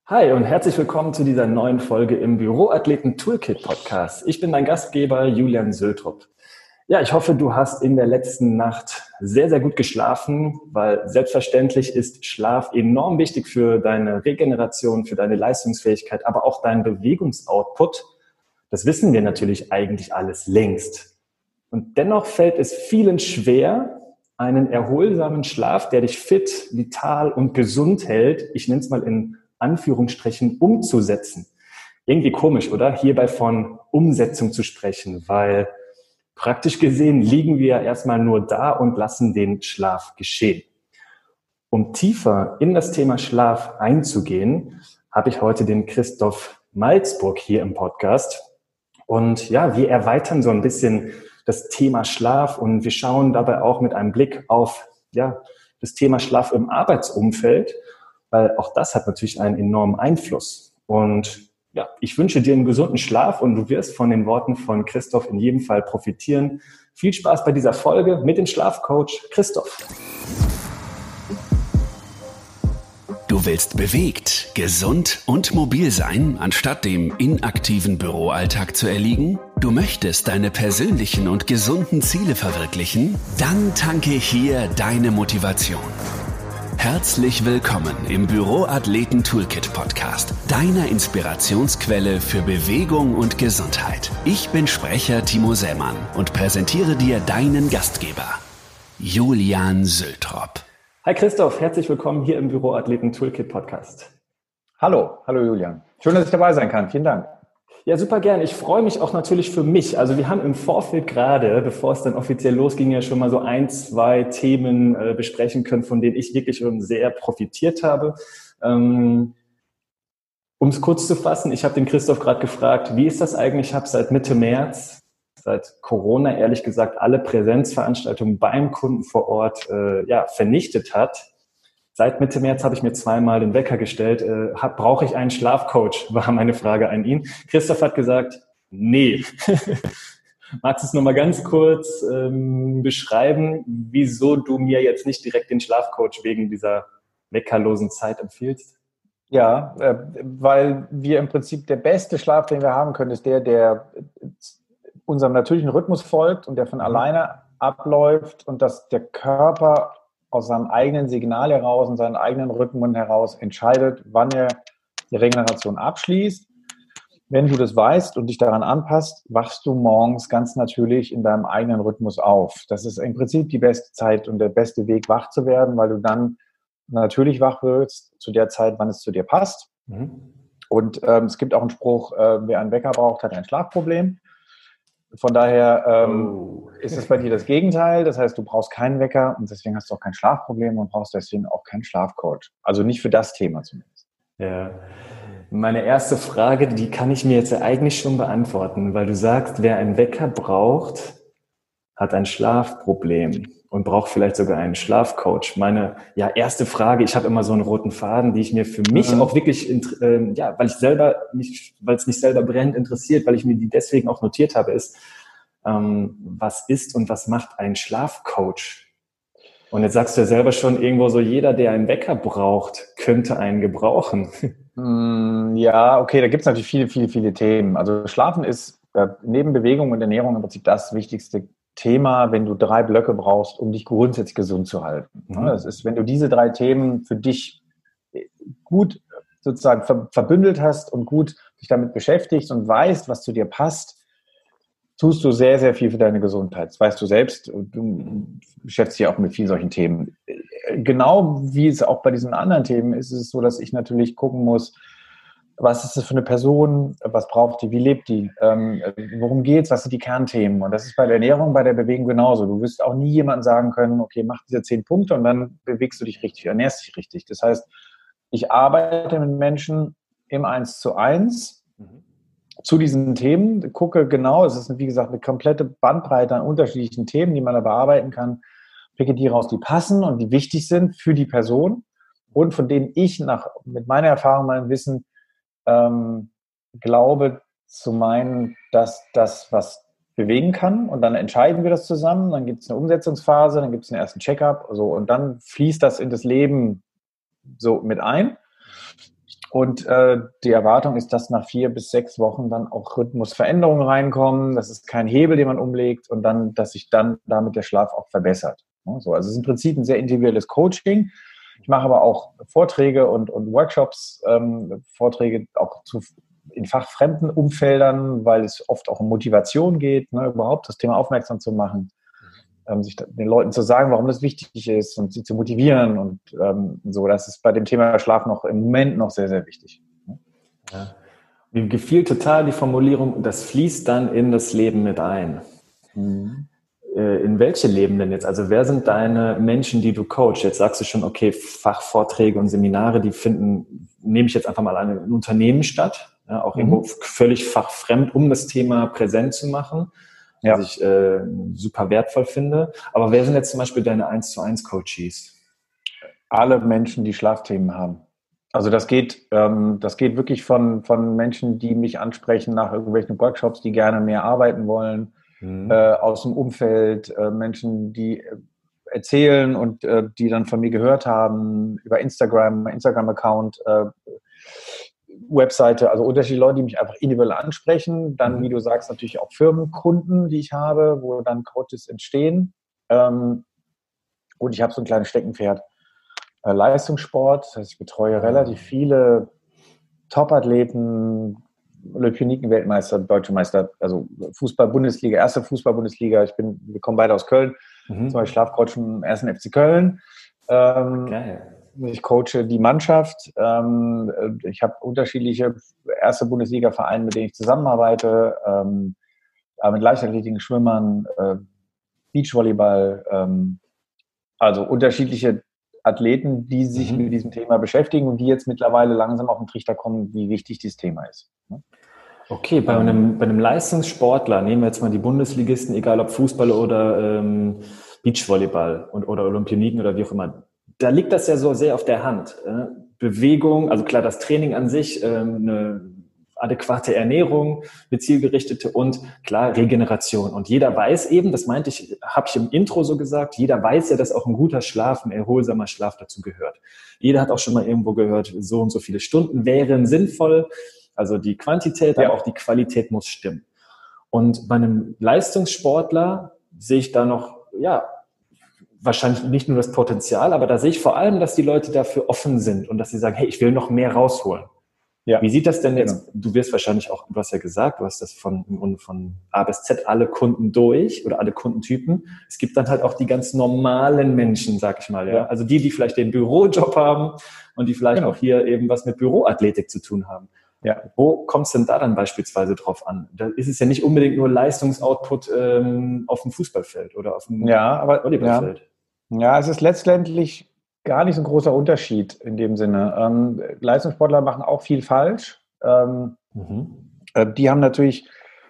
Hi und herzlich willkommen zu dieser neuen Folge im Büroathleten Toolkit Podcast. Ich bin dein Gastgeber Julian Söltrup. Ja, ich hoffe, du hast in der letzten Nacht sehr, sehr gut geschlafen, weil selbstverständlich ist Schlaf enorm wichtig für deine Regeneration, für deine Leistungsfähigkeit, aber auch deinen Bewegungsoutput. Das wissen wir natürlich eigentlich alles längst. Und dennoch fällt es vielen schwer, einen erholsamen Schlaf, der dich fit, vital und gesund hält, ich nenne es mal in Anführungsstrichen, umzusetzen. Irgendwie komisch, oder? Hierbei von Umsetzung zu sprechen, weil praktisch gesehen liegen wir erstmal nur da und lassen den Schlaf geschehen. Um tiefer in das Thema Schlaf einzugehen, habe ich heute den Christoph Malzburg hier im Podcast. Und ja, wir erweitern so ein bisschen das Thema Schlaf und wir schauen dabei auch mit einem Blick auf das Thema Schlaf im Arbeitsumfeld, weil auch das hat natürlich einen enormen Einfluss. Und ja, ich wünsche dir einen gesunden Schlaf und du wirst von den Worten von Christoph in jedem Fall profitieren. Viel Spaß bei dieser Folge mit dem Schlafcoach Christoph. Du willst bewegt, gesund und mobil sein, anstatt dem inaktiven Büroalltag zu erliegen? Du möchtest deine persönlichen und gesunden Ziele verwirklichen? Dann tanke hier deine Motivation. Herzlich willkommen im Büroathleten Toolkit Podcast, deiner Inspirationsquelle für Bewegung und Gesundheit. Ich bin Sprecher Timo Sämann und präsentiere dir deinen Gastgeber, Julian Söltrup. Hi Christoph, herzlich willkommen hier im Büroathleten Toolkit Podcast. Hallo Julian. Schön, dass ich dabei sein kann. Vielen Dank. Ja, super gern. Ich freue mich auch natürlich für mich. Also wir haben im Vorfeld gerade, bevor es dann offiziell losging, ja schon mal so 1-2 Themen besprechen können, von denen ich wirklich schon sehr profitiert habe. Um es kurz zu fassen, ich habe den Christoph gerade gefragt, wie ist das eigentlich? Ich habe seit Mitte März, seit Corona ehrlich gesagt, alle Präsenzveranstaltungen beim Kunden vor Ort vernichtet hat. Seit Mitte März habe ich mir 2-mal den Wecker gestellt. Brauche ich einen Schlafcoach, war meine Frage an ihn. Christoph hat gesagt, nee. Magst du es nochmal ganz kurz beschreiben, wieso du mir jetzt nicht direkt den Schlafcoach wegen dieser weckerlosen Zeit empfiehlst? Ja, weil wir im Prinzip der beste Schlaf, den wir haben können, ist der unserem natürlichen Rhythmus folgt und der von alleine abläuft und dass der Körper aus seinem eigenen Signal heraus und seinen eigenen Rhythmen heraus entscheidet, wann er die Regeneration abschließt. Wenn du das weißt und dich daran anpasst, wachst du morgens ganz natürlich in deinem eigenen Rhythmus auf. Das ist im Prinzip die beste Zeit und der beste Weg, wach zu werden, weil du dann natürlich wach wirst zu der Zeit, wann es zu dir passt. Und es gibt auch einen Spruch, wer einen Wecker braucht, hat ein Schlafproblem. Von daher ist es bei dir das Gegenteil. Das heißt, du brauchst keinen Wecker und deswegen hast du auch kein Schlafproblem und brauchst deswegen auch keinen Schlafcoach. Also nicht für das Thema zumindest. Ja. Meine erste Frage, die kann ich mir jetzt eigentlich schon beantworten, weil du sagst, wer einen Wecker braucht, hat ein Schlafproblem und braucht vielleicht sogar einen Schlafcoach. Meine erste Frage, ich habe immer so einen roten Faden, die ich mir für mich auch wirklich, weil es mich selber brennend interessiert, weil ich mir die deswegen auch notiert habe, ist, was ist und was macht ein Schlafcoach? Und jetzt sagst du ja selber schon irgendwo so, jeder, der einen Wecker braucht, könnte einen gebrauchen. Ja, okay, da gibt es natürlich viele Themen. Also Schlafen ist neben Bewegung und Ernährung im Prinzip das wichtigste Thema, wenn du 3 Blöcke brauchst, um dich grundsätzlich gesund zu halten. Das ist, wenn du diese 3 Themen für dich gut sozusagen verbündelt hast und gut dich damit beschäftigst und weißt, was zu dir passt, tust du sehr, sehr viel für deine Gesundheit. Das weißt du selbst und du beschäftigst dich auch mit vielen solchen Themen. Genau wie es auch bei diesen anderen Themen ist, ist es so, dass ich natürlich gucken muss, was ist das für eine Person, was braucht die, wie lebt die, worum geht's, was sind die Kernthemen? Und das ist bei der Ernährung, bei der Bewegung genauso. Du wirst auch nie jemandem sagen können, okay, mach diese 10 Punkte und dann bewegst du dich richtig, ernährst dich richtig. Das heißt, ich arbeite mit Menschen im 1:1 zu diesen Themen, gucke genau, es ist wie gesagt eine komplette Bandbreite an unterschiedlichen Themen, die man da bearbeiten kann, picke die raus, die passen und die wichtig sind für die Person und von denen ich mit meiner Erfahrung, meinem Wissen glaube zu meinen, dass das was bewegen kann und dann entscheiden wir das zusammen, dann gibt es eine Umsetzungsphase, dann gibt es einen ersten Check-up und dann fließt das in das Leben so mit ein Und die Erwartung ist, dass nach 4 bis 6 Wochen dann auch Rhythmusveränderungen reinkommen. Das ist kein Hebel, den man umlegt und dann, dass sich dann damit der Schlaf auch verbessert. So, also es ist im Prinzip ein sehr individuelles Coaching. Ich mache aber auch Vorträge und Workshops, Vorträge auch in fachfremden Umfeldern, weil es oft auch um Motivation geht, ne, überhaupt das Thema aufmerksam zu machen, sich den Leuten zu sagen, warum das wichtig ist und sie zu motivieren und so. Das ist bei dem Thema Schlaf noch im Moment noch sehr, sehr wichtig. Ja. Mir gefiel total die Formulierung, das fließt dann in das Leben mit ein. Mhm. In welche Leben denn jetzt? Also wer sind deine Menschen, die du coachst? Jetzt sagst du schon, okay, Fachvorträge und Seminare, die finden, nehme ich jetzt einfach mal an, in Unternehmen statt, ja, auch irgendwo völlig fachfremd, um das Thema präsent zu machen, was ich super wertvoll finde. Aber wer sind jetzt zum Beispiel deine 1:1 Coaches? Alle Menschen, die Schlafthemen haben. Also das geht wirklich von Menschen, die mich ansprechen nach irgendwelchen Workshops, die gerne mehr arbeiten wollen, aus dem Umfeld, Menschen, die erzählen und die dann von mir gehört haben, über Instagram-Account, Webseite, also unterschiedliche Leute, die mich einfach individuell ansprechen. Dann, wie du sagst, natürlich auch Firmenkunden, die ich habe, wo dann Coaches entstehen. Und ich habe so ein kleines Steckenpferd, Leistungssport. Das heißt, ich betreue relativ viele Top-Athleten, Olympioniken-Weltmeister, Deutsche Meister, also Fußball-Bundesliga, erste Fußball-Bundesliga. Wir kommen beide aus Köln. Zum Beispiel Schlafcoach im 1. FC Köln. Geil. Ich coache die Mannschaft. Ich habe unterschiedliche erste Bundesliga-Vereine, mit denen ich zusammenarbeite. Mit Leichtathletiken, Schwimmern, Beachvolleyball. Also unterschiedliche Athleten, die sich mit diesem Thema beschäftigen und die jetzt mittlerweile langsam auf den Trichter kommen, wie wichtig dieses Thema ist. Okay, bei einem Leistungssportler, nehmen wir jetzt mal die Bundesligisten, egal ob Fußball oder Beachvolleyball oder Olympioniken oder wie auch immer, da liegt das ja so sehr auf der Hand. Bewegung, also klar, das Training an sich, eine adäquate Ernährung, eine zielgerichtete und klar Regeneration. Und jeder weiß eben, das meinte ich, habe ich im Intro so gesagt, jeder weiß ja, dass auch ein guter Schlaf, ein erholsamer Schlaf dazu gehört. Jeder hat auch schon mal irgendwo gehört, so und so viele Stunden wären sinnvoll. Also die Quantität, aber auch die Qualität muss stimmen. Und bei einem Leistungssportler sehe ich da noch, wahrscheinlich nicht nur das Potenzial, aber da sehe ich vor allem, dass die Leute dafür offen sind und dass sie sagen, hey, ich will noch mehr rausholen. Ja. Wie sieht das denn jetzt? Du wirst wahrscheinlich auch, du hast ja gesagt, du hast das von A bis Z alle Kunden durch oder alle Kundentypen. Es gibt dann halt auch die ganz normalen Menschen, sag ich mal, ja. Also die vielleicht den Bürojob haben und die vielleicht auch hier eben was mit Büroathletik zu tun haben. Ja. Wo kommt es denn da dann beispielsweise drauf an? Da ist es ja nicht unbedingt nur Leistungsoutput auf dem Fußballfeld oder auf dem Volleyballfeld. Ja, es ist letztendlich gar nicht so ein großer Unterschied in dem Sinne. Leistungssportler machen auch viel falsch. Die haben natürlich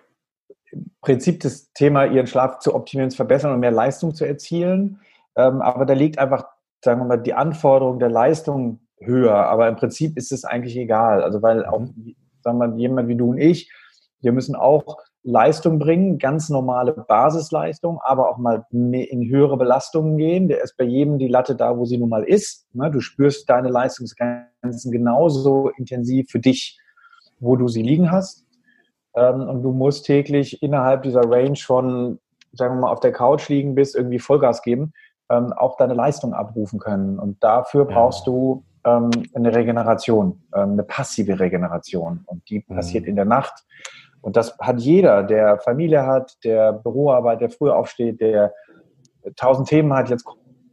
im Prinzip das Thema, ihren Schlaf zu optimieren, zu verbessern und mehr Leistung zu erzielen. Aber da liegt einfach, sagen wir mal, die Anforderung der Leistung höher. Aber im Prinzip ist es eigentlich egal. Also weil auch, sagen wir mal, jemand wie du und ich, wir müssen auch Leistung bringen, ganz normale Basisleistung, aber auch mal in höhere Belastungen gehen. Der ist bei jedem die Latte da, wo sie nun mal ist. Du spürst deine Leistungsgrenzen genauso intensiv für dich, wo du sie liegen hast. Und du musst täglich innerhalb dieser Range von, sagen wir mal, auf der Couch liegen bis irgendwie Vollgas geben, auch deine Leistung abrufen können. Und dafür brauchst du eine Regeneration, eine passive Regeneration. Und die passiert in der Nacht. Und das hat jeder, der Familie hat, der Büro arbeitet, der früh aufsteht, der 1000 Themen hat, jetzt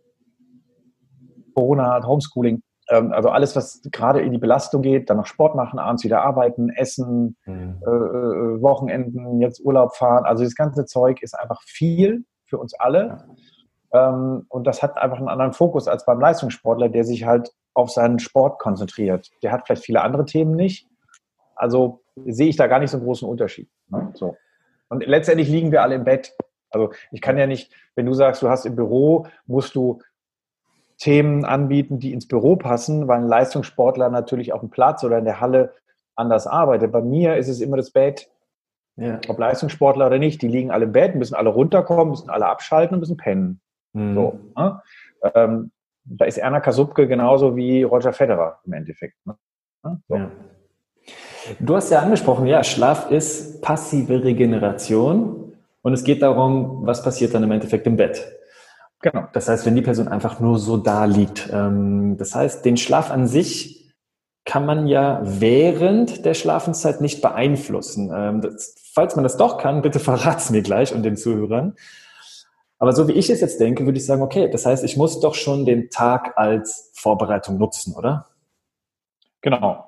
Corona hat, Homeschooling. Also alles, was gerade in die Belastung geht, dann noch Sport machen, abends wieder arbeiten, essen, Wochenenden, jetzt Urlaub fahren. Also das ganze Zeug ist einfach viel für uns alle. Und das hat einfach einen anderen Fokus als beim Leistungssportler, der sich halt auf seinen Sport konzentriert. Der hat vielleicht viele andere Themen nicht. Also sehe ich da gar nicht so einen großen Unterschied. So. Und letztendlich liegen wir alle im Bett. Also ich kann ja nicht, wenn du sagst, du hast im Büro, musst du Themen anbieten, die ins Büro passen, weil ein Leistungssportler natürlich auf dem Platz oder in der Halle anders arbeitet. Bei mir ist es immer das Bett. Ja. Ob Leistungssportler oder nicht, die liegen alle im Bett, müssen alle runterkommen, müssen alle abschalten und müssen pennen. So, da ist Erna Kasubke genauso wie Roger Federer im Endeffekt. So. Ja. Du hast ja angesprochen, ja, Schlaf ist passive Regeneration und es geht darum, was passiert dann im Endeffekt im Bett. Genau. Das heißt, wenn die Person einfach nur so da liegt. Das heißt, den Schlaf an sich kann man ja während der Schlafenszeit nicht beeinflussen. Falls man das doch kann, bitte verrat's mir gleich und den Zuhörern. Aber so wie ich es jetzt denke, würde ich sagen, okay, das heißt, ich muss doch schon den Tag als Vorbereitung nutzen, oder? Genau.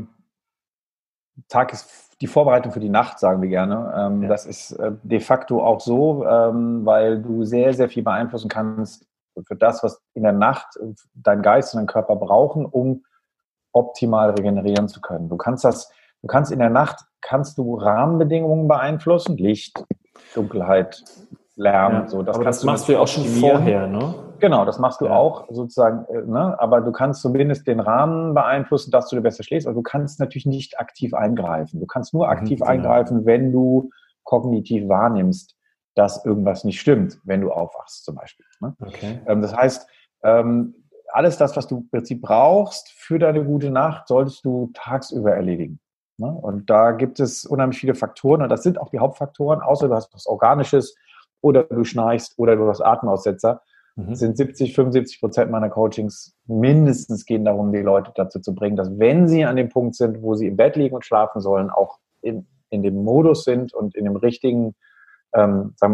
Tag ist die Vorbereitung für die Nacht, sagen wir gerne. Das ist de facto auch so, weil du sehr, sehr viel beeinflussen kannst für das, was in der Nacht dein Geist und dein Körper brauchen, um optimal regenerieren zu können. Du kannst in der Nacht Rahmenbedingungen beeinflussen, Licht, Dunkelheit, Lärm, Ja, so. Das aber kannst das du machst du ja auch schon vorher, ne? Genau, das machst du Ja. auch sozusagen, ne? Aber du kannst zumindest den Rahmen beeinflussen, dass du besser schläfst, aber du kannst natürlich nicht aktiv eingreifen. Du kannst nur aktiv Genau. eingreifen, wenn du kognitiv wahrnimmst, dass irgendwas nicht stimmt, wenn du aufwachst zum Beispiel. Ne? Okay. Das heißt, alles das, was du im Prinzip brauchst für deine gute Nacht, solltest du tagsüber erledigen. Ne? Und da gibt es unheimlich viele Faktoren und das sind auch die Hauptfaktoren, außer du hast was Organisches oder du schnarchst oder du hast Atemaussetzer. Sind 75% meiner Coachings mindestens gehen darum, die Leute dazu zu bringen, dass wenn sie an dem Punkt sind, wo sie im Bett liegen und schlafen sollen, auch in dem Modus sind und in dem richtigen, sagen wir,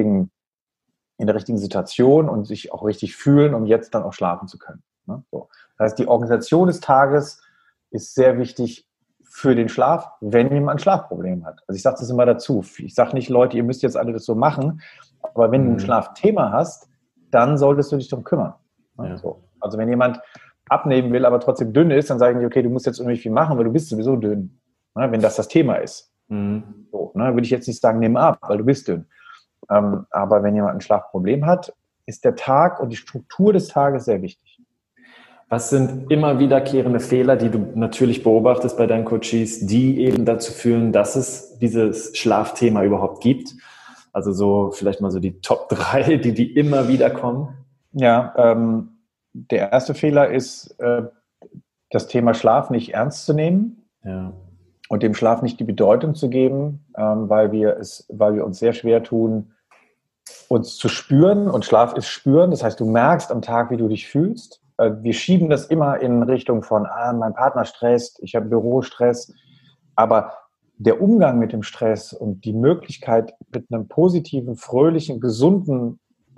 in der richtigen Situation und sich auch richtig fühlen, um jetzt dann auch schlafen zu können. Ne? So. Das heißt, die Organisation des Tages ist sehr wichtig für den Schlaf, wenn jemand ein Schlafproblem hat. Also ich sage das immer dazu. Ich sage nicht, Leute, ihr müsst jetzt alle das so machen, aber wenn du ein Schlafthema hast, dann solltest du dich darum kümmern. Ja. So. Also wenn jemand abnehmen will, aber trotzdem dünn ist, dann sagen die, okay, du musst jetzt irgendwie viel machen, weil du bist sowieso dünn. Ne, wenn das Thema ist. So, ne, würde ich jetzt nicht sagen, nimm ab, weil du bist dünn. Aber wenn jemand ein Schlafproblem hat, ist der Tag und die Struktur des Tages sehr wichtig. Was sind immer wiederkehrende Fehler, die du natürlich beobachtest bei deinen Coaches, die eben dazu führen, dass es dieses Schlafthema überhaupt gibt? Also so vielleicht mal so die Top 3, die immer wieder kommen. Ja, der erste Fehler ist, das Thema Schlaf nicht ernst zu nehmen und dem Schlaf nicht die Bedeutung zu geben, weil wir uns sehr schwer tun, uns zu spüren. Und Schlaf ist spüren. Das heißt, du merkst am Tag, wie du dich fühlst. Wir schieben das immer in Richtung von, mein Partner stresst, ich habe Bürostress. Aber der Umgang mit dem Stress und die Möglichkeit, mit einem positiven, fröhlichen, gesunden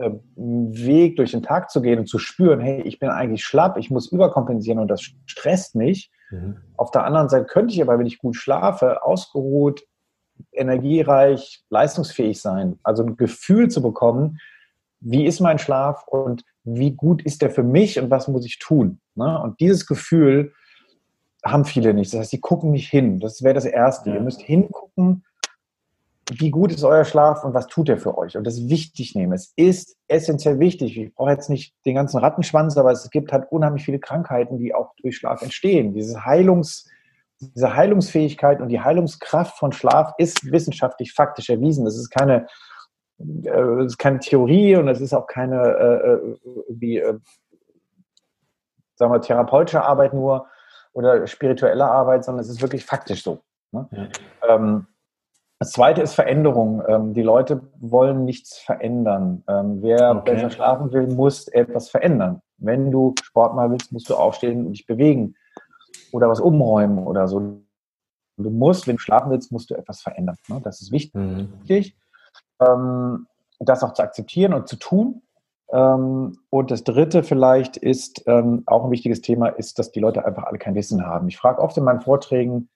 Weg durch den Tag zu gehen und zu spüren, hey, ich bin eigentlich schlapp, ich muss überkompensieren und das stresst mich. Auf der anderen Seite könnte ich aber, wenn ich gut schlafe, ausgeruht, energiereich, leistungsfähig sein. Also ein Gefühl zu bekommen, wie ist mein Schlaf und wie gut ist der für mich und was muss ich tun? Ne? Und dieses Gefühl haben viele nicht. Das heißt, die gucken nicht hin. Das wäre das Erste. Ihr müsst hingucken, wie gut ist euer Schlaf und was tut er für euch? Und das wichtig nehmen. Es ist essentiell wichtig. Ich brauche jetzt nicht den ganzen Rattenschwanz, aber es gibt halt unheimlich viele Krankheiten, die auch durch Schlaf entstehen. Diese Heilungsfähigkeit und die Heilungskraft von Schlaf ist wissenschaftlich faktisch erwiesen. Das ist keine Theorie und es ist auch keine sagen wir, therapeutische Arbeit nur oder spirituelle Arbeit, sondern es ist wirklich faktisch so. Ne? Ja. Das Zweite ist Veränderung. Die Leute wollen nichts verändern. Wer besser schlafen will, muss etwas verändern. Wenn du Sport mal willst, musst du aufstehen und dich bewegen oder was umräumen oder so. Du musst, wenn du schlafen willst, musst du etwas verändern. Ne? Das ist wichtig. Das auch zu akzeptieren und zu tun. Und das Dritte vielleicht ist, auch ein wichtiges Thema, ist, dass die Leute einfach alle kein Wissen haben. Ich frage oft in meinen Vorträgen,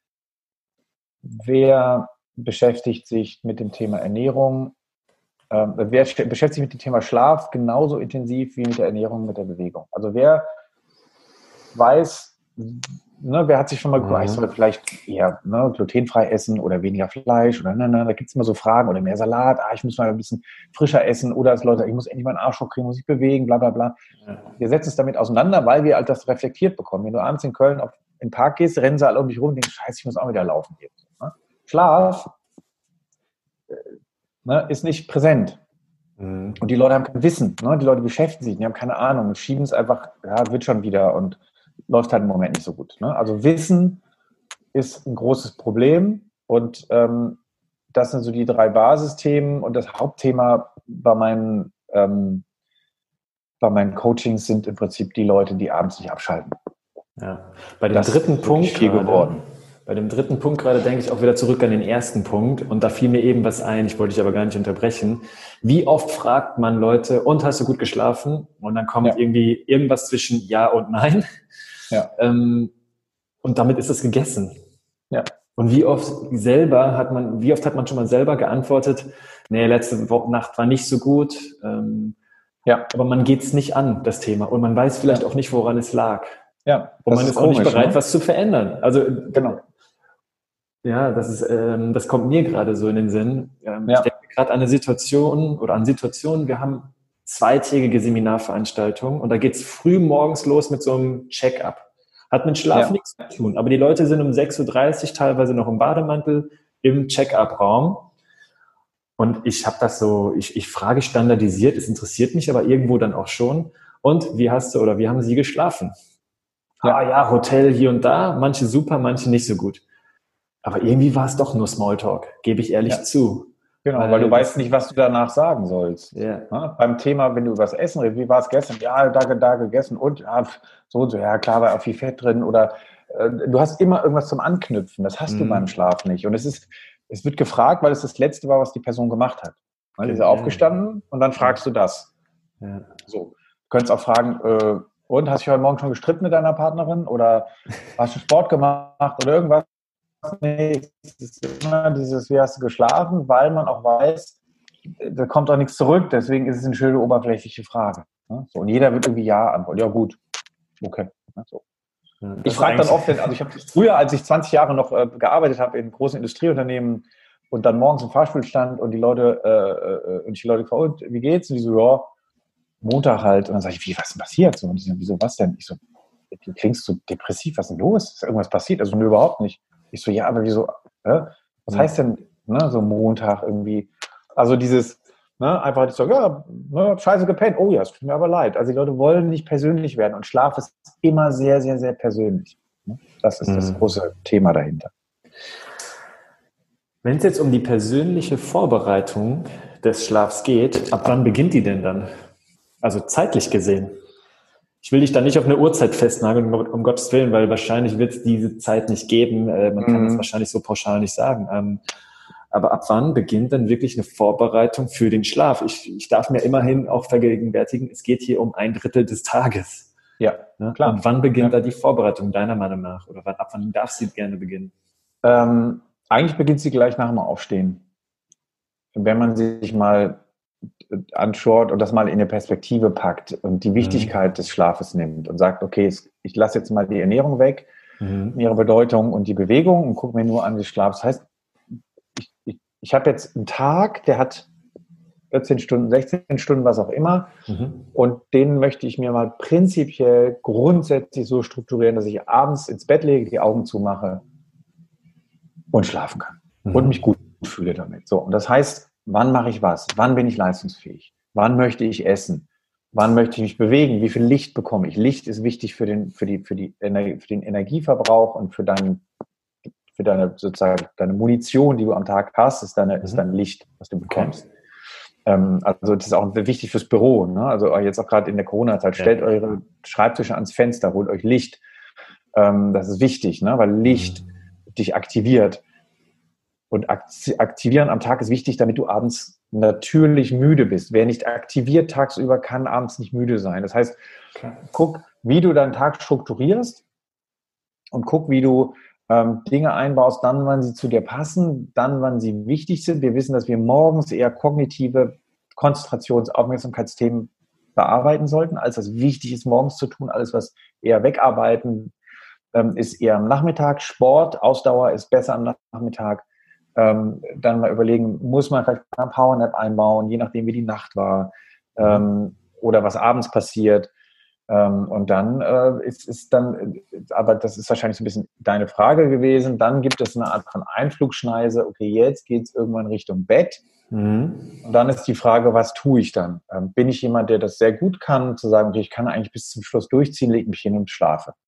wer beschäftigt sich mit dem Thema Wer beschäftigt sich mit dem Thema Schlaf genauso intensiv wie mit der Ernährung, mit der Bewegung? Also wer weiß, wer hat sich schon mal gesagt, ich soll vielleicht eher glutenfrei essen oder weniger Fleisch oder da gibt es immer so Fragen oder mehr Salat, ich muss mal ein bisschen frischer essen oder als Leute, ich muss endlich mal einen Arsch hochkriegen, muss ich bewegen, bla bla bla. Wir setzen es damit auseinander, weil wir halt das reflektiert bekommen. Wenn du abends in Köln in den Park gehst, rennen sie alle um dich rum und denken, scheiße, ich muss auch wieder laufen gehen. Schlaf ist nicht präsent. Und die Leute haben kein Wissen. Die Leute beschäftigen sich, die haben keine Ahnung und schieben es einfach, wird schon wieder und läuft halt im Moment nicht so gut. Ne? Also Wissen ist ein großes Problem und das sind so die 3 Basisthemen und das Hauptthema bei meinen Coachings sind im Prinzip die Leute, die abends nicht abschalten. Ja. Bei dem dritten Punkt gerade denke ich auch wieder zurück an den ersten Punkt und da fiel mir eben was ein, ich wollte dich aber gar nicht unterbrechen. Wie oft fragt man Leute, und hast du gut geschlafen? Und dann kommt irgendwie irgendwas zwischen Ja und Nein. Ja. Und damit ist es gegessen. Ja. Und wie oft hat man schon mal selber geantwortet, nee, letzte Nacht war nicht so gut, aber man geht es nicht an, das Thema. Und man weiß vielleicht auch nicht, woran es lag. Ja. Und man ist auch nicht bereit, was zu verändern. Also, genau. Ja, das kommt mir gerade so in den Sinn. Ich denke gerade an Situationen, wir haben 2-tägige Seminarveranstaltungen und da geht es früh morgens los mit so einem Check-up. Hat mit Schlaf nichts zu tun, aber die Leute sind um 6:30 Uhr teilweise noch im Bademantel im Check-up-Raum. Und ich habe das so, ich frage standardisiert, es interessiert mich aber irgendwo dann auch schon. Und wie haben Sie geschlafen? Ja, Hotel hier und da, manche super, manche nicht so gut. Aber irgendwie war es doch nur Smalltalk, gebe ich ehrlich zu. Genau, weil du weißt nicht, was du danach sagen sollst. Ja. Beim Thema, wenn du über das Essen redest, wie war es gestern? Ja, da gegessen und so und so. Ja, klar, war auch viel Fett drin. Oder du hast immer irgendwas zum Anknüpfen. Das hast du beim Schlaf nicht. Und es wird gefragt, weil es das Letzte war, was die Person gemacht hat. Die ist aufgestanden und dann fragst du das. Ja. So. Du könntest auch fragen, und hast du heute Morgen schon gestritten mit deiner Partnerin? Oder hast du Sport gemacht oder irgendwas? Nee, es ist immer dieses, wie hast du geschlafen, weil man auch weiß, da kommt auch nichts zurück, deswegen ist es eine schöne oberflächliche Frage. So, und jeder wird irgendwie Ja antworten. Ja, gut. Okay. So. Ja, ich frage dann oft, also ich habe früher, als ich 20 Jahre noch gearbeitet habe in großen Industrieunternehmen und dann morgens im Fahrstuhl stand und die Leute gefragt, wie geht's? Und die so, ja, Montag halt. Und dann sage ich, wie, was ist denn passiert? So, und die so, wieso, was denn? Ich so, du klingst so depressiv, was ist denn los? Ist irgendwas passiert? Also, nö, überhaupt nicht. Ich so, ja, aber wieso, was heißt denn, so Montag irgendwie, also dieses, einfach so, ja, scheiße gepennt, oh ja, es tut mir aber leid. Also die Leute wollen nicht persönlich werden und Schlaf ist immer sehr, sehr, sehr persönlich. Das ist das große Thema dahinter. Wenn es jetzt um die persönliche Vorbereitung des Schlafs geht, ab wann beginnt die denn dann? Also zeitlich gesehen. Ich will dich da nicht auf eine Uhrzeit festnageln, um Gottes Willen, weil wahrscheinlich wird es diese Zeit nicht geben. Man kann das wahrscheinlich so pauschal nicht sagen. Aber ab wann beginnt dann wirklich eine Vorbereitung für den Schlaf? Ich darf mir immerhin auch vergegenwärtigen, es geht hier um 1/3 des Tages. Ja, klar. Und wann beginnt da die Vorbereitung deiner Meinung nach? Oder ab wann darf sie gerne beginnen? Eigentlich beginnt sie gleich nach dem Aufstehen. Wenn man sich mal anschaut und das mal in eine Perspektive packt und die Wichtigkeit des Schlafes nimmt und sagt, okay, ich lasse jetzt mal die Ernährung weg, ihre Bedeutung und die Bewegung und gucke mir nur an den Schlaf. Das heißt, ich habe jetzt einen Tag, der hat 14 Stunden, 16 Stunden, was auch immer und den möchte ich mir mal prinzipiell grundsätzlich so strukturieren, dass ich abends ins Bett lege, die Augen zumache und schlafen kann und mich gut fühle damit. So, und das heißt, wann mache ich was? Wann bin ich leistungsfähig? Wann möchte ich essen? Wann möchte ich mich bewegen? Wie viel Licht bekomme ich? Licht ist wichtig für den Energieverbrauch und für deine sozusagen deine Munition, die du am Tag hast, ist dein Licht, was du bekommst. Also das ist auch wichtig fürs Büro. Ne? Also jetzt auch gerade in der Corona-Zeit, stellt eure Schreibtische ans Fenster, holt euch Licht. Das ist wichtig, ne? Weil Licht dich aktiviert. Und aktivieren am Tag ist wichtig, damit du abends natürlich müde bist. Wer nicht aktiviert tagsüber, kann abends nicht müde sein. Das heißt, guck, wie du deinen Tag strukturierst und guck, wie du Dinge einbaust, dann, wann sie zu dir passen, dann, wann sie wichtig sind. Wir wissen, dass wir morgens eher kognitive Konzentrations-, Aufmerksamkeitsthemen bearbeiten sollten, als das wichtig ist, morgens zu tun. Alles, was eher wegarbeiten, ist eher am Nachmittag. Sport, Ausdauer ist besser am Nachmittag. Dann mal überlegen, muss man vielleicht einen Powernap einbauen, je nachdem, wie die Nacht war oder was abends passiert. Und dann ist dann, aber das ist wahrscheinlich so ein bisschen deine Frage gewesen, dann gibt es eine Art von Einflugschneise, okay, jetzt geht es irgendwann Richtung Bett. Und dann ist die Frage, was tue ich dann? Bin ich jemand, der das sehr gut kann, zu sagen, okay, ich kann eigentlich bis zum Schluss durchziehen, lege mich hin und schlafe.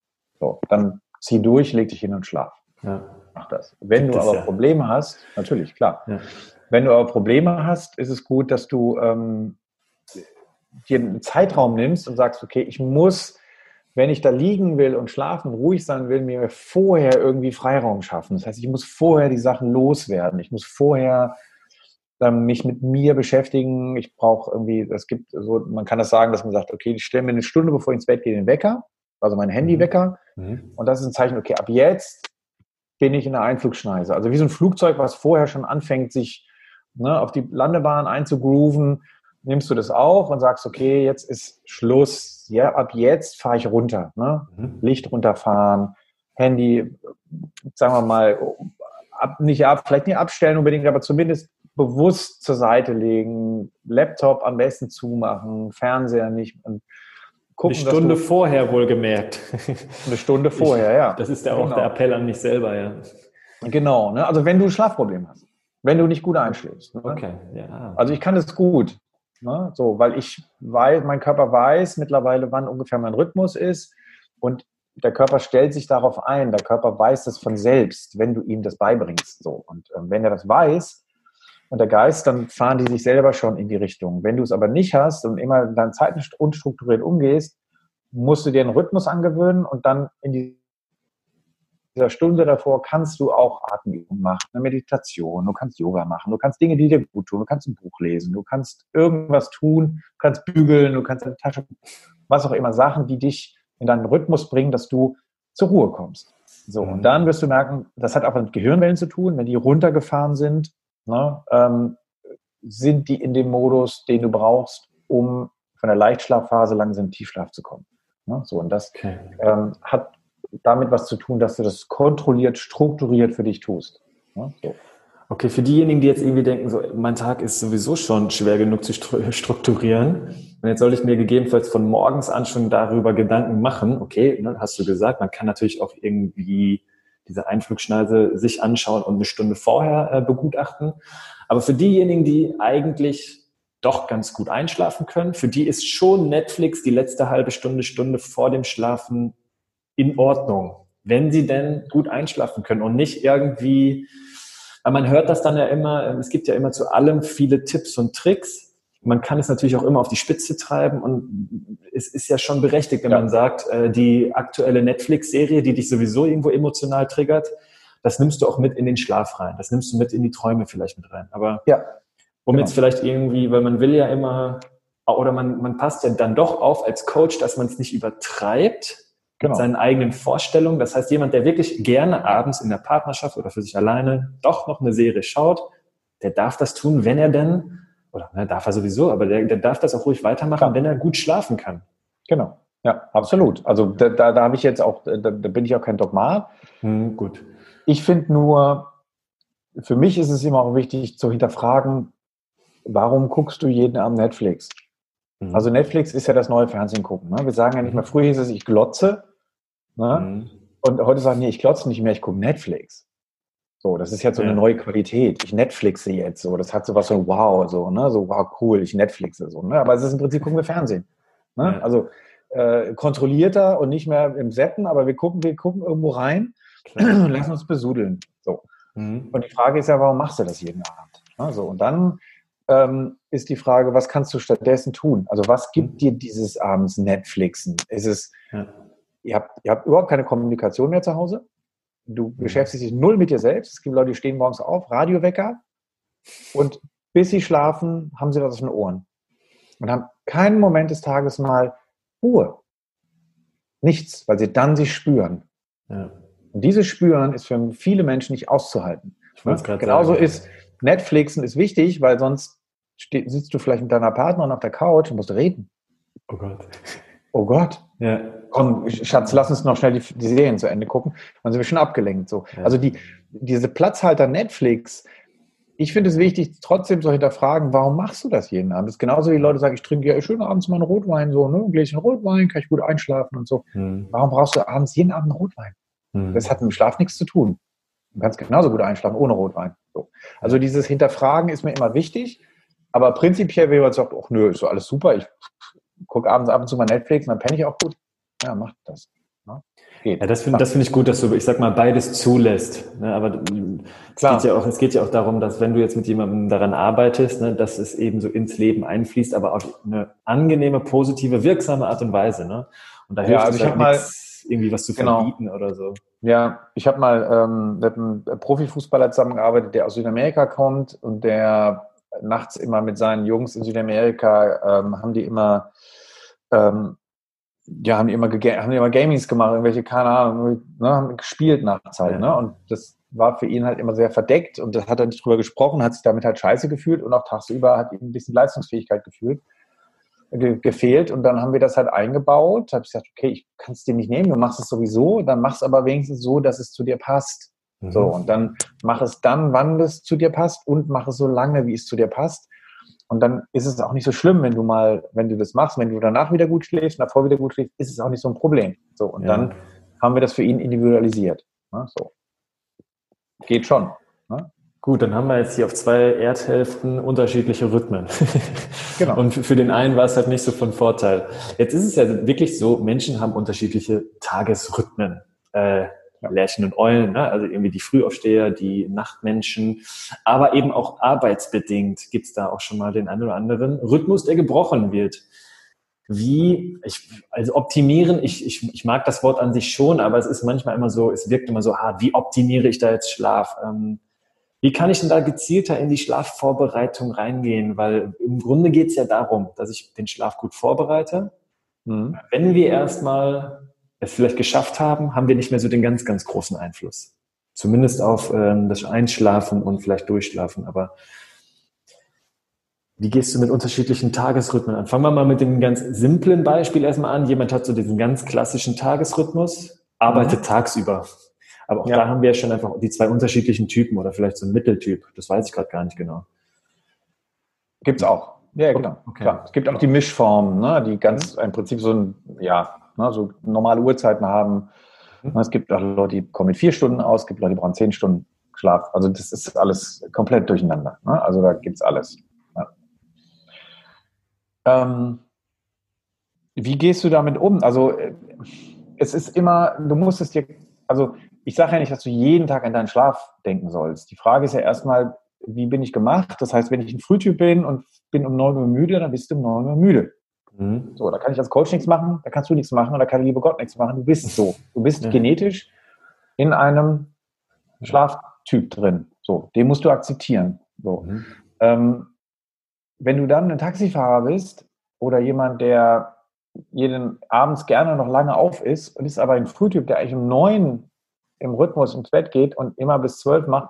So, dann zieh durch, leg dich hin und schlaf. Ja. Mach das. Wenn du aber Probleme hast, natürlich, klar. Ja. Wenn du aber Probleme hast, ist es gut, dass du dir einen Zeitraum nimmst und sagst, okay, ich muss, wenn ich da liegen will und schlafen und ruhig sein will, mir vorher irgendwie Freiraum schaffen. Das heißt, ich muss vorher die Sachen loswerden. Ich muss vorher mich mit mir beschäftigen. Ich brauche irgendwie, es gibt so, man kann das sagen, dass man sagt, okay, ich stelle mir eine Stunde, bevor ich ins Bett gehe, den Wecker, also mein Handywecker. Und das ist ein Zeichen, okay, ab jetzt bin ich in der Einflugschneise. Also wie so ein Flugzeug, was vorher schon anfängt, sich auf die Landebahn einzugrooven, nimmst du das auch und sagst, okay, jetzt ist Schluss. Ja, ab jetzt fahre ich runter. Ne? Licht runterfahren, Handy, sagen wir mal, vielleicht nicht abstellen unbedingt, aber zumindest bewusst zur Seite legen, Laptop am besten zumachen, Fernseher nicht. Und gucken, eine Stunde vorher wohlgemerkt. Eine Stunde vorher, ja. Das ist ja auch der Appell an mich selber, ja. Genau, ne? Also wenn du ein Schlafproblem hast, wenn du nicht gut einschläfst. Ne? Okay, ja. Also ich kann das gut, ne? So, weil ich weiß, mein Körper weiß mittlerweile, wann ungefähr mein Rhythmus ist und der Körper stellt sich darauf ein. Der Körper weiß das von selbst, wenn du ihm das beibringst. So. Und wenn er das weiß, und der Geist, dann fahren die sich selber schon in die Richtung. Wenn du es aber nicht hast und immer in deinen Zeiten unstrukturiert umgehst, musst du dir einen Rhythmus angewöhnen und dann in dieser Stunde davor kannst du auch Atemübungen machen, eine Meditation, du kannst Yoga machen, du kannst Dinge, die dir gut tun, du kannst ein Buch lesen, du kannst irgendwas tun, du kannst bügeln, du kannst eine Tasche, was auch immer, Sachen, die dich in deinen Rhythmus bringen, dass du zur Ruhe kommst. So, und dann wirst du merken, das hat auch mit Gehirnwellen zu tun, wenn die runtergefahren sind, sind die in dem Modus, den du brauchst, um von der Leichtschlafphase langsam in den Tiefschlaf zu kommen. So, und das hat damit was zu tun, dass du das kontrolliert, strukturiert für dich tust. So. Okay, für diejenigen, die jetzt irgendwie denken, so, mein Tag ist sowieso schon schwer genug zu strukturieren und jetzt soll ich mir gegebenenfalls von morgens an schon darüber Gedanken machen. Okay, hast du gesagt, man kann natürlich auch irgendwie diese Einflugschneise sich anschauen und eine Stunde vorher begutachten. Aber für diejenigen, die eigentlich doch ganz gut einschlafen können, für die ist schon Netflix die letzte halbe Stunde vor dem Schlafen in Ordnung, wenn sie denn gut einschlafen können und nicht irgendwie, weil man hört das dann ja immer, es gibt ja immer zu allem viele Tipps und Tricks. Man kann es natürlich auch immer auf die Spitze treiben und es ist ja schon berechtigt, wenn man sagt, die aktuelle Netflix-Serie, die dich sowieso irgendwo emotional triggert, das nimmst du auch mit in den Schlaf rein. Das nimmst du mit in die Träume vielleicht mit rein. Aber jetzt vielleicht irgendwie, weil man will ja immer, oder man passt ja dann doch auf als Coach, dass man es nicht übertreibt mit seinen eigenen Vorstellungen. Das heißt, jemand, der wirklich gerne abends in der Partnerschaft oder für sich alleine doch noch eine Serie schaut, der darf das tun, wenn er denn oder darf er sowieso, aber der darf das auch ruhig weitermachen, wenn er gut schlafen kann. Genau, ja, absolut. Also da habe ich jetzt auch, da bin ich auch kein Dogmat. Gut. Ich finde nur, für mich ist es immer auch wichtig zu hinterfragen, warum guckst du jeden Abend Netflix? Also Netflix ist ja das neue Fernsehen gucken. Ne? Wir sagen ja nicht mehr, früher hieß es, ich glotze. Ne? Und heute sagen, nee, ich glotze nicht mehr, ich gucke Netflix. So, das ist jetzt so eine neue Qualität. Ich Netflixe jetzt so. Das hat so was so wow, so, ne? So wow, cool, ich Netflixe so. Ne? Aber es ist im Prinzip, gucken wir Fernsehen. Ne? Ja. Also kontrollierter und nicht mehr im Zappen, aber wir gucken irgendwo rein und lassen uns besudeln. So. Und die Frage ist ja, warum machst du das jeden Abend? Ne? So, und dann ist die Frage, was kannst du stattdessen tun? Also was gibt dir dieses abends Netflixen? Ist es, ihr habt überhaupt keine Kommunikation mehr zu Hause? Du beschäftigst dich null mit dir selbst. Es gibt Leute, die stehen morgens auf, Radiowecker und bis sie schlafen, haben sie was auf den Ohren und haben keinen Moment des Tages mal Ruhe. Nichts, weil sie dann sich spüren. Ja. Und dieses Spüren ist für viele Menschen nicht auszuhalten. Genauso ist Netflixen ist wichtig, weil sonst sitzt du vielleicht mit deiner Partnerin auf der Couch und musst reden. Oh Gott. Oh Gott. Ja. Komm, Schatz, lass uns noch schnell die Serien zu Ende gucken. Dann sind wir schon abgelenkt. So. Ja. Also diese Platzhalter Netflix, ich finde es wichtig, trotzdem zu hinterfragen, warum machst du das jeden Abend? Das ist genauso wie Leute sagen, ich trinke ja schön abends mal einen Rotwein, so, ne? Ein Gläschen Rotwein, kann ich gut einschlafen und so. Warum brauchst du abends jeden Abend einen Rotwein? Das hat mit dem Schlaf nichts zu tun. Du kannst genauso gut einschlafen ohne Rotwein. So. Also dieses Hinterfragen ist mir immer wichtig, aber prinzipiell, wenn jemand sagt, ach nö, ist so alles super, ich gucke abends ab und zu mal Netflix und dann penne ich auch gut, ja, macht das. Ne? Geht. Ja, das finde ich gut, dass du, ich sag mal, beides zulässt. Ne? Aber es geht ja auch darum, dass wenn du jetzt mit jemandem daran arbeitest, ne, dass es eben so ins Leben einfließt, aber auf eine angenehme, positive, wirksame Art und Weise. Ne? Und da hilft also es ich halt habe mal, nichts, irgendwie was zu genau, verbieten oder so. ja, ich habe mal mit einem Profifußballer zusammengearbeitet, der aus Südamerika kommt und der nachts immer mit seinen Jungs in Südamerika haben die immer ähm, haben die immer Gamings gemacht, irgendwelche, keine Ahnung, ne, haben gespielt nachts halt, ne? Und das war für ihn halt immer sehr verdeckt und das hat er nicht drüber gesprochen, hat sich damit halt scheiße gefühlt und auch tagsüber hat ihm ein bisschen Leistungsfähigkeit gefehlt und dann haben wir das halt eingebaut, habe ich gesagt, okay, ich kann es dir nicht nehmen, du machst es sowieso, dann mach es aber wenigstens so, dass es zu dir passt. So, und dann mach es dann, wann es zu dir passt und mach es so lange, wie es zu dir passt. Und dann ist es auch nicht so schlimm, wenn du das machst, wenn du danach wieder gut schläfst, davor wieder gut schläfst, ist es auch nicht so ein Problem. So, und dann haben wir das für ihn individualisiert. Ne, so. Geht schon. Ne? Gut, dann haben wir jetzt hier auf 2 Erdhälften unterschiedliche Rhythmen. Genau. Und für den einen war es halt nicht so von Vorteil. Jetzt ist es ja wirklich so, Menschen haben unterschiedliche Tagesrhythmen. Lerchen und Eulen, ne? Also irgendwie die Frühaufsteher, die Nachtmenschen, aber eben auch arbeitsbedingt gibt es da auch schon mal den einen oder anderen Rhythmus, der gebrochen wird. Also optimieren, ich mag das Wort an sich schon, aber es ist manchmal immer so, es wirkt immer so, wie optimiere ich da jetzt Schlaf? Wie kann ich denn da gezielter in die Schlafvorbereitung reingehen? Weil im Grunde geht es ja darum, dass ich den Schlaf gut vorbereite. Wenn wir erstmal es vielleicht geschafft haben, haben wir nicht mehr so den ganz, ganz großen Einfluss. Zumindest auf das Einschlafen und vielleicht Durchschlafen. Aber wie gehst du mit unterschiedlichen Tagesrhythmen an? Fangen wir mal mit dem ganz simplen Beispiel erstmal an. Jemand hat so diesen ganz klassischen Tagesrhythmus, arbeitet tagsüber. Aber auch da haben wir ja schon einfach die 2 unterschiedlichen Typen oder vielleicht so ein Mitteltyp. Das weiß ich gerade gar nicht genau. Gibt's auch. Ja, genau. Okay. Klar. Es gibt auch die Mischformen, ne, die ganz im Prinzip so so normale Uhrzeiten haben. Es gibt auch Leute, die kommen mit 4 Stunden aus, es gibt Leute, die brauchen 10 Stunden Schlaf. Also das ist alles komplett durcheinander. Ne? Also da gibt's alles. Ja. Wie gehst du damit um? Also es ist immer, du musst es dir, also ich sage ja nicht, dass du jeden Tag an deinen Schlaf denken sollst. Die Frage ist ja erstmal, wie bin ich gemacht? Das heißt, wenn ich ein Frühtyp bin und bin um 9 Uhr müde, dann bist du um 9 Uhr müde. So, da kann ich als Coach nichts machen, da kannst du nichts machen und da kann der liebe Gott nichts machen. Du bist so. Du bist genetisch in einem Schlaftyp drin. So, den musst du akzeptieren. So. Wenn du dann ein Taxifahrer bist oder jemand, der abends gerne noch lange auf ist und ist aber ein Frühtyp, der eigentlich um 9 im Rhythmus ins Bett geht und immer bis 12 macht,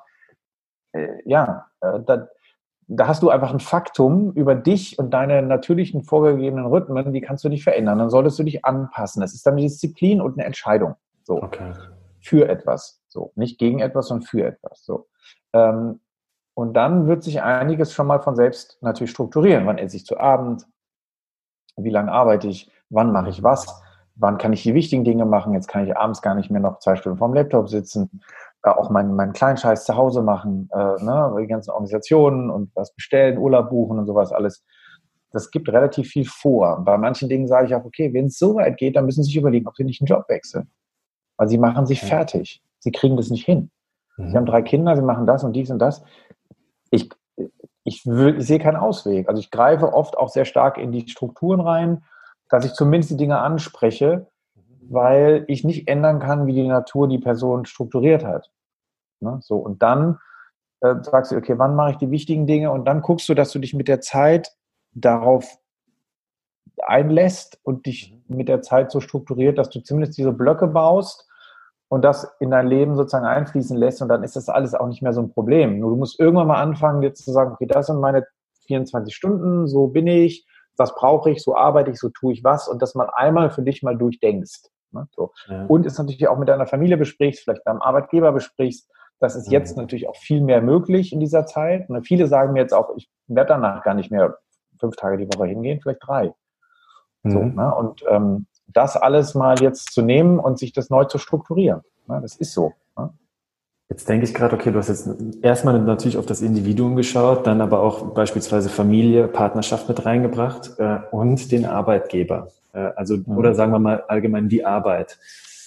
da hast du einfach ein Faktum über dich und deine natürlichen vorgegebenen Rhythmen, die kannst du nicht verändern. Dann solltest du dich anpassen. Das ist dann eine Disziplin und eine Entscheidung. So. Okay. Für etwas. So. Nicht gegen etwas, sondern für etwas. So. Und dann wird sich einiges schon mal von selbst natürlich strukturieren. Wann esse ich zu Abend? Wie lange arbeite ich? Wann mache ich was? Wann kann ich die wichtigen Dinge machen? Jetzt kann ich abends gar nicht mehr noch 2 Stunden vorm Laptop sitzen. Auch meinen kleinen Scheiß zu Hause machen, die ganzen Organisationen und was bestellen, Urlaub buchen und sowas alles. Das gibt relativ viel vor. Bei manchen Dingen sage ich auch, okay, wenn es so weit geht, dann müssen Sie sich überlegen, ob Sie nicht einen Job wechseln. Weil Sie machen sich fertig. Sie kriegen das nicht hin. Sie haben 3 Kinder, Sie machen das und dies und das. Ich sehe keinen Ausweg. Also ich greife oft auch sehr stark in die Strukturen rein, dass ich zumindest die Dinge anspreche, weil ich nicht ändern kann, wie die Natur die Person strukturiert hat. Ne? So, und dann sagst du, okay, wann mache ich die wichtigen Dinge? Und dann guckst du, dass du dich mit der Zeit darauf einlässt und dich mit der Zeit so strukturiert, dass du zumindest diese Blöcke baust und das in dein Leben sozusagen einfließen lässt. Und dann ist das alles auch nicht mehr so ein Problem. Nur du musst irgendwann mal anfangen, jetzt zu sagen, okay, das sind meine 24 Stunden, so bin ich, das brauche ich, so arbeite ich, so tue ich was. Und dass man einmal für dich mal durchdenkst. Ne? So. Ja. Und es natürlich auch mit deiner Familie besprichst, vielleicht deinem Arbeitgeber besprichst. Das ist jetzt natürlich auch viel mehr möglich in dieser Zeit. Und viele sagen mir jetzt auch, ich werde danach gar nicht mehr 5 Tage die Woche hingehen, vielleicht 3. So, ne? Und das alles mal jetzt zu nehmen und sich das neu zu strukturieren. Ne? Das ist so. Ne? Jetzt denke ich gerade, okay, du hast jetzt erstmal natürlich auf das Individuum geschaut, dann aber auch beispielsweise Familie, Partnerschaft mit reingebracht und den Arbeitgeber. Oder sagen wir mal allgemein die Arbeit.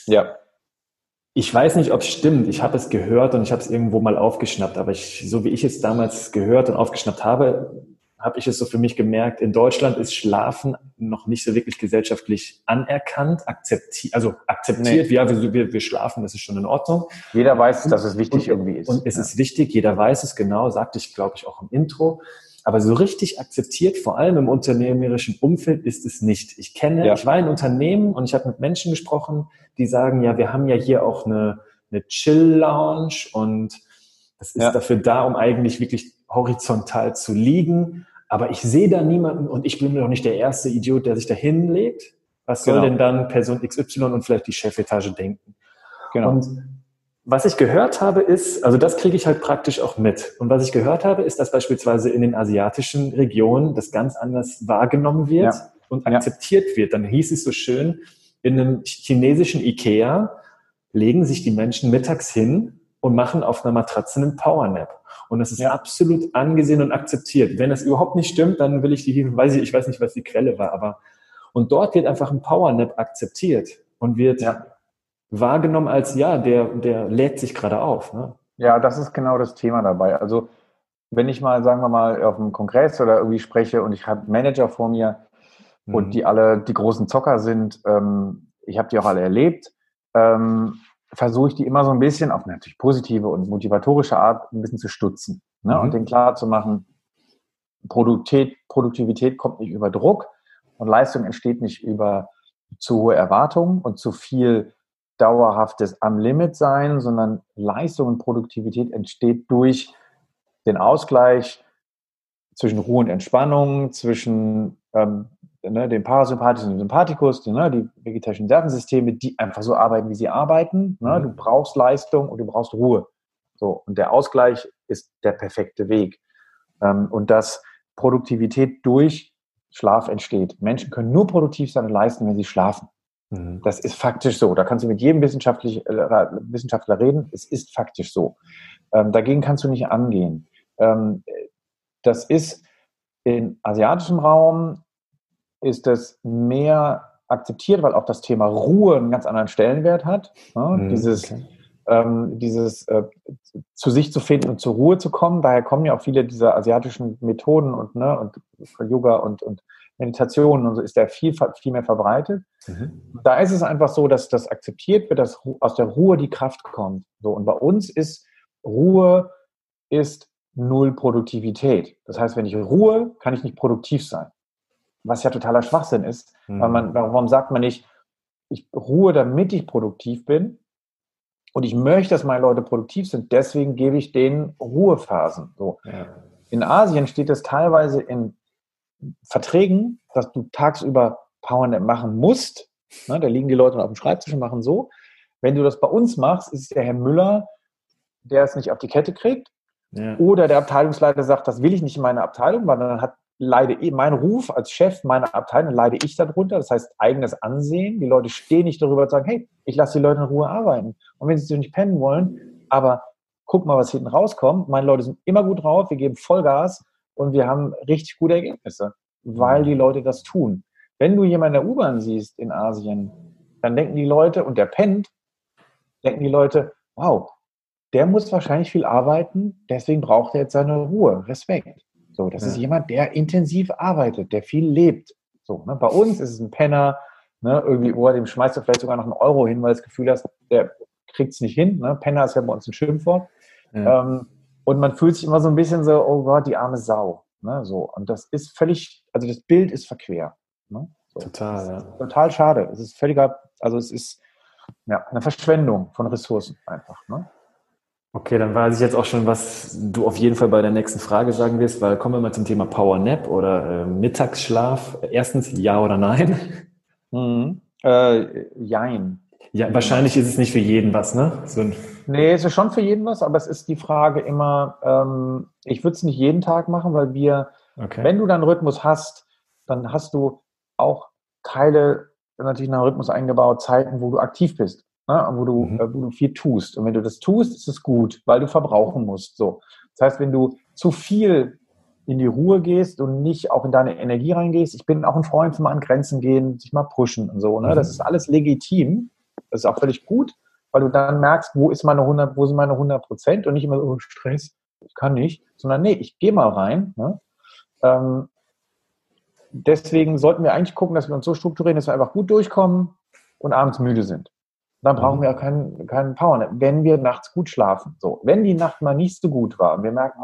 Ja. Ich weiß nicht, ob es stimmt. Ich habe es gehört und ich habe es irgendwo mal aufgeschnappt. Aber so wie ich es damals gehört und aufgeschnappt habe, habe ich es so für mich gemerkt, in Deutschland ist Schlafen noch nicht so wirklich gesellschaftlich anerkannt, akzeptiert. Nee. Ja, wir schlafen, das ist schon in Ordnung. Jeder weiß, dass es wichtig irgendwie ist. Und es ist wichtig, jeder weiß es genau, sagte ich, glaube ich, auch im Intro. Aber so richtig akzeptiert, vor allem im unternehmerischen Umfeld, ist es nicht. Ich war in Unternehmen und ich habe mit Menschen gesprochen, die sagen, ja, wir haben ja hier auch eine Chill-Lounge und das ist dafür da, um eigentlich wirklich horizontal zu liegen. Aber ich sehe da niemanden und ich bin doch nicht der erste Idiot, der sich da hinlegt. Was soll denn dann Person XY und vielleicht die Chefetage denken? Genau. Und was ich gehört habe ist, also das kriege ich halt praktisch auch mit. Und was ich gehört habe, ist, dass beispielsweise in den asiatischen Regionen das ganz anders wahrgenommen wird und akzeptiert wird. Dann hieß es so schön, in einem chinesischen Ikea legen sich die Menschen mittags hin und machen auf einer Matratze einen Powernap. Und das ist absolut angesehen und akzeptiert. Wenn das überhaupt nicht stimmt, dann will ich ich weiß nicht, was die Quelle war, und dort wird einfach ein Powernap akzeptiert und wird wahrgenommen als, der lädt sich gerade auf. Ne? Ja, das ist genau das Thema dabei. Also wenn ich mal, sagen wir mal, auf einem Kongress oder irgendwie spreche und ich habe Manager vor mir und die alle die großen Zocker sind, ich habe die auch alle erlebt, versuche ich die immer so ein bisschen auf natürlich positive und motivatorische Art ein bisschen zu stutzen, ne? Und denen klar zu machen, Produktivität kommt nicht über Druck und Leistung entsteht nicht über zu hohe Erwartungen und zu viel dauerhaftes am Limit sein, sondern Leistung und Produktivität entsteht durch den Ausgleich zwischen Ruhe und Entspannung, zwischen dem Parasympathikus und dem Sympathikus, die vegetarischen Nervensysteme, die einfach so arbeiten, wie sie arbeiten. Ne? Du brauchst Leistung und du brauchst Ruhe. So, und der Ausgleich ist der perfekte Weg. Und dass Produktivität durch Schlaf entsteht. Menschen können nur produktiv sein und leisten, wenn sie schlafen. Das ist faktisch so. Da kannst du mit jedem Wissenschaftler reden. Es ist faktisch so. Dagegen kannst du nicht angehen. Das ist im asiatischen Raum ist das mehr akzeptiert, weil auch das Thema Ruhe einen ganz anderen Stellenwert hat. Ne? Dieses zu sich zu finden und zur Ruhe zu kommen. Daher kommen ja auch viele dieser asiatischen Methoden und Yoga und Meditation und so ist der viel mehr verbreitet. Da ist es einfach so, dass das akzeptiert wird, dass aus der Ruhe die Kraft kommt. So, und bei uns ist Ruhe null Produktivität. Das heißt, wenn ich ruhe, kann ich nicht produktiv sein. Was ja totaler Schwachsinn ist. Weil warum sagt man nicht, ich ruhe, damit ich produktiv bin und ich möchte, dass meine Leute produktiv sind, deswegen gebe ich denen Ruhephasen. So. Ja. In Asien steht es teilweise in Verträgen, dass du tagsüber Powernap machen musst. Da liegen die Leute auf dem Schreibtisch und machen so. Wenn du das bei uns machst, ist es der Herr Müller, der es nicht auf die Kette kriegt. Ja. Oder der Abteilungsleiter sagt, das will ich nicht in meiner Abteilung, weil dann leide mein Ruf als Chef meiner Abteilung, leide ich darunter. Das heißt, eigenes Ansehen. Die Leute stehen nicht darüber und sagen, hey, ich lasse die Leute in Ruhe arbeiten. Und wenn sie nicht pennen wollen, aber guck mal, was hinten rauskommt. Meine Leute sind immer gut drauf, wir geben Vollgas und wir haben richtig gute Ergebnisse, weil die Leute das tun. Wenn du jemanden in der U-Bahn siehst in Asien, dann denken die Leute, und der pennt, denken die Leute, wow, der muss wahrscheinlich viel arbeiten, deswegen braucht er jetzt seine Ruhe. Respekt. So, das ist jemand, der intensiv arbeitet, der viel lebt. So, ne? Bei uns ist es ein Penner, ne? Irgendwie, dem schmeißt du vielleicht sogar noch einen Euro hin, weil du das Gefühl hast, der kriegt es nicht hin. Ne? Penner ist ja bei uns ein Schimpfwort. Ja. Und man fühlt sich immer so ein bisschen so, oh Gott, die arme Sau. Ne? So, und das ist völlig, also das Bild ist verquer. Ne? So. Total, ja. Total schade. Es ist völliger, also es ist eine Verschwendung von Ressourcen einfach. Ne? Okay, dann weiß ich jetzt auch schon, was du auf jeden Fall bei der nächsten Frage sagen wirst, weil kommen wir mal zum Thema Power Nap oder Mittagsschlaf. Erstens, ja oder nein? Jein. Ja, wahrscheinlich ist es nicht für jeden was, ne? Nee, es ist schon für jeden was, aber es ist die Frage immer, ich würde es nicht jeden Tag machen, weil wenn du deinen Rhythmus hast, dann hast du auch Teile natürlich in deinen Rhythmus eingebaut, Zeiten, wo du aktiv bist. Ne, wo du viel tust. Und wenn du das tust, ist es gut, weil du verbrauchen musst. So. Das heißt, wenn du zu viel in die Ruhe gehst und nicht auch in deine Energie reingehst, ich bin auch ein Freund von mal an Grenzen gehen, sich mal pushen und so. Ne? Das ist alles legitim. Das ist auch völlig gut, weil du dann merkst, wo sind meine 100% und nicht immer so Stress, ich kann nicht, sondern nee, ich gehe mal rein. Ne? Deswegen sollten wir eigentlich gucken, dass wir uns so strukturieren, dass wir einfach gut durchkommen und abends müde sind. Dann brauchen wir auch keinen Powernap, wenn wir nachts gut schlafen. So, wenn die Nacht mal nicht so gut war und wir merken,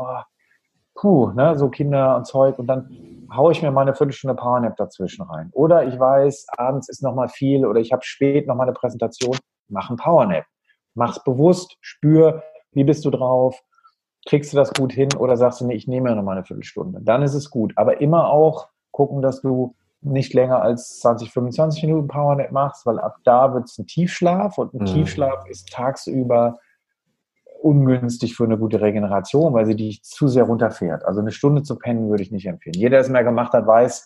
so Kinder und Zeug, und dann haue ich mir mal eine Viertelstunde Powernap dazwischen rein. Oder ich weiß, abends ist noch mal viel oder ich habe spät noch mal eine Präsentation, mach einen Powernap. Mach's bewusst, spür, wie bist du drauf, kriegst du das gut hin oder sagst du, nee, ich nehme ja noch mal eine Viertelstunde. Dann ist es gut. Aber immer auch gucken, dass du nicht länger als 20, 25 Minuten Powernap machst, weil ab da wird es ein Tiefschlaf und ein Tiefschlaf ist tagsüber ungünstig für eine gute Regeneration, weil sie dich zu sehr runterfährt. Also eine Stunde zu pennen würde ich nicht empfehlen. Jeder, der es mehr gemacht hat, weiß,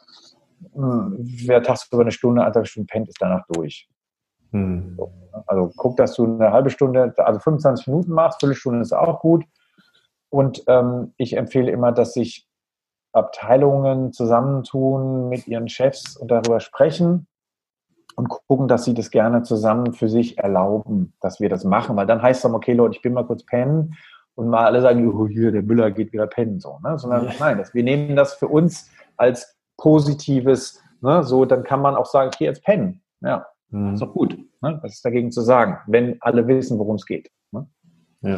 wer tagsüber eine Stunde, 1,5 Stunden pennt, ist danach durch. So, also guck, dass du eine halbe Stunde, also 25 Minuten machst, Viertelstunde ist auch gut. Und ich empfehle immer, dass sich Abteilungen zusammentun mit ihren Chefs und darüber sprechen und gucken, dass sie das gerne zusammen für sich erlauben, dass wir das machen. Weil dann heißt es dann, okay, Leute, ich bin mal kurz pennen und mal alle sagen, oh, hier, der Müller geht wieder pennen. So, ne? Sondern nein, wir nehmen das für uns als Positives. Ne? So, dann kann man auch sagen, okay, jetzt pennen. Ja, ist doch gut. Ne? Was ist dagegen zu sagen, wenn alle wissen, worum es geht? Ne? Ja.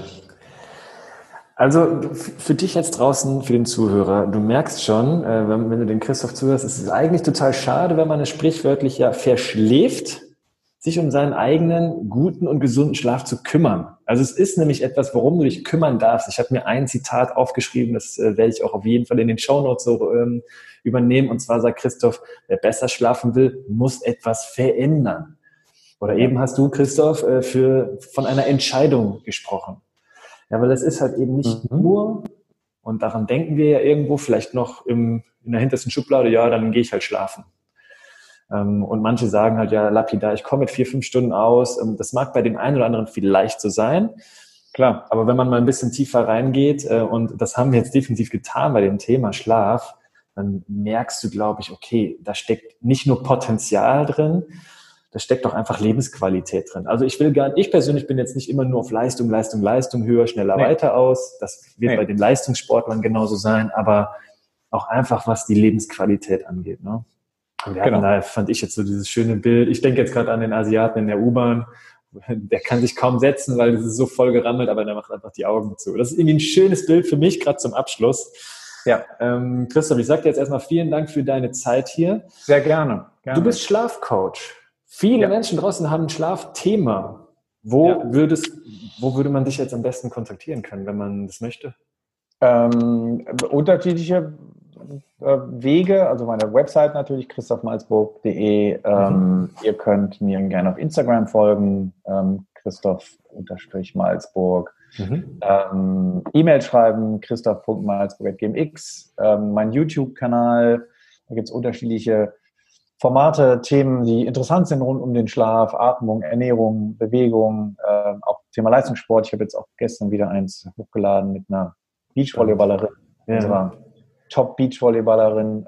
Also für dich jetzt draußen, für den Zuhörer, du merkst schon, wenn du den Christoph zuhörst, es ist eigentlich total schade, wenn man es sprichwörtlich verschläft, sich um seinen eigenen guten und gesunden Schlaf zu kümmern. Also es ist nämlich etwas, worum du dich kümmern darfst. Ich habe mir ein Zitat aufgeschrieben, das werde ich auch auf jeden Fall in den Shownotes so übernehmen. Und zwar sagt Christoph, wer besser schlafen will, muss etwas verändern. Oder eben hast du, Christoph, von einer Entscheidung gesprochen. Ja, weil das ist halt eben nicht nur, und daran denken wir ja irgendwo, vielleicht noch in der hintersten Schublade, ja, dann gehe ich halt schlafen. Und manche sagen halt, ja, lapidar, ich komme mit 4-5 Stunden aus. Das mag bei dem einen oder anderen vielleicht so sein. Klar, aber wenn man mal ein bisschen tiefer reingeht, und das haben wir jetzt definitiv getan bei dem Thema Schlaf, dann merkst du, glaube ich, okay, da steckt nicht nur Potenzial drin, da steckt doch einfach Lebensqualität drin. Also ich persönlich bin jetzt nicht immer nur auf Leistung, höher, schneller, weiter aus. Das wird bei den Leistungssportlern genauso sein, aber auch einfach, was die Lebensqualität angeht. Ne? Und da fand ich jetzt so dieses schöne Bild. Ich denke jetzt gerade an den Asiaten in der U-Bahn. Der kann sich kaum setzen, weil das ist so voll gerammelt, aber der macht einfach die Augen zu. Das ist irgendwie ein schönes Bild für mich, gerade zum Abschluss. Ja. Christoph, ich sage dir jetzt erstmal vielen Dank für deine Zeit hier. Sehr gerne. Du bist Schlafcoach. Viele Menschen draußen haben ein Schlafthema. Wo würde man dich jetzt am besten kontaktieren können, wenn man das möchte? Unterschiedliche Wege, also meine Website natürlich, christophmalzburg.de. Ihr könnt mir gerne auf Instagram folgen, Christoph_Malzburg. E-Mail schreiben, christoph.malzburg@gmx. Mein YouTube-Kanal, da gibt es unterschiedliche Formate, Themen, die interessant sind rund um den Schlaf, Atmung, Ernährung, Bewegung, auch Thema Leistungssport. Ich habe jetzt auch gestern wieder eins hochgeladen mit einer Beachvolleyballerin, unserer Top-Beachvolleyballerin.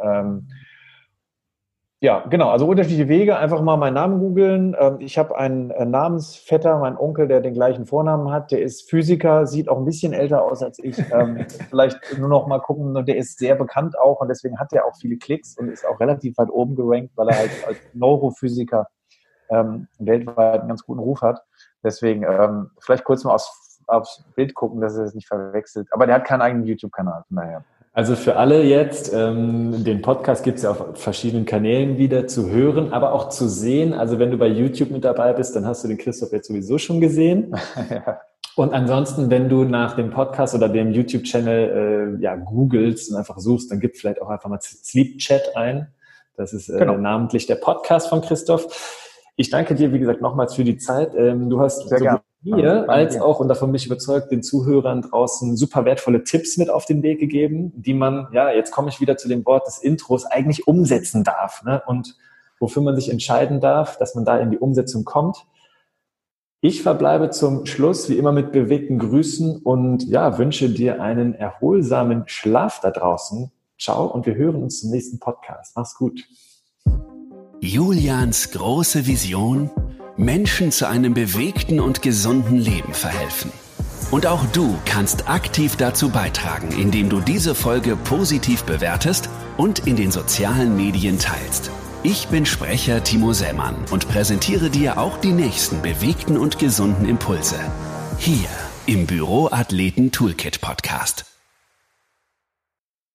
Also unterschiedliche Wege. Einfach mal meinen Namen googeln. Ich habe einen Namensvetter, meinen Onkel, der den gleichen Vornamen hat. Der ist Physiker, sieht auch ein bisschen älter aus als ich. Vielleicht nur noch mal gucken. Und der ist sehr bekannt auch und deswegen hat er auch viele Klicks und ist auch relativ weit oben gerankt, weil er halt als Neurophysiker weltweit einen ganz guten Ruf hat. Deswegen vielleicht kurz mal aufs Bild gucken, dass er es nicht verwechselt. Aber der hat keinen eigenen YouTube-Kanal. Naja. Also für alle jetzt, den Podcast gibt es ja auf verschiedenen Kanälen wieder zu hören, aber auch zu sehen. Also wenn du bei YouTube mit dabei bist, dann hast du den Christoph jetzt sowieso schon gesehen. Ja. Und ansonsten, wenn du nach dem Podcast oder dem YouTube-Channel googelst und einfach suchst, dann gib vielleicht auch einfach mal Sleep Chat ein. Das ist namentlich der Podcast von Christoph. Ich danke dir, wie gesagt, nochmals für die Zeit. Du hast mir als auch, und davon bin ich überzeugt, den Zuhörern draußen super wertvolle Tipps mit auf den Weg gegeben, die man, jetzt komme ich wieder zu dem Wort des Intros, eigentlich umsetzen darf, ne? Und wofür man sich entscheiden darf, dass man da in die Umsetzung kommt. Ich verbleibe zum Schluss wie immer mit bewegten Grüßen und wünsche dir einen erholsamen Schlaf da draußen. Ciao und wir hören uns zum nächsten Podcast. Mach's gut. Julians große Vision: Menschen zu einem bewegten und gesunden Leben verhelfen. Und auch du kannst aktiv dazu beitragen, indem du diese Folge positiv bewertest und in den sozialen Medien teilst. Ich bin Sprecher Timo Sellmann und präsentiere dir auch die nächsten bewegten und gesunden Impulse. Hier im Büroathleten Toolkit Podcast.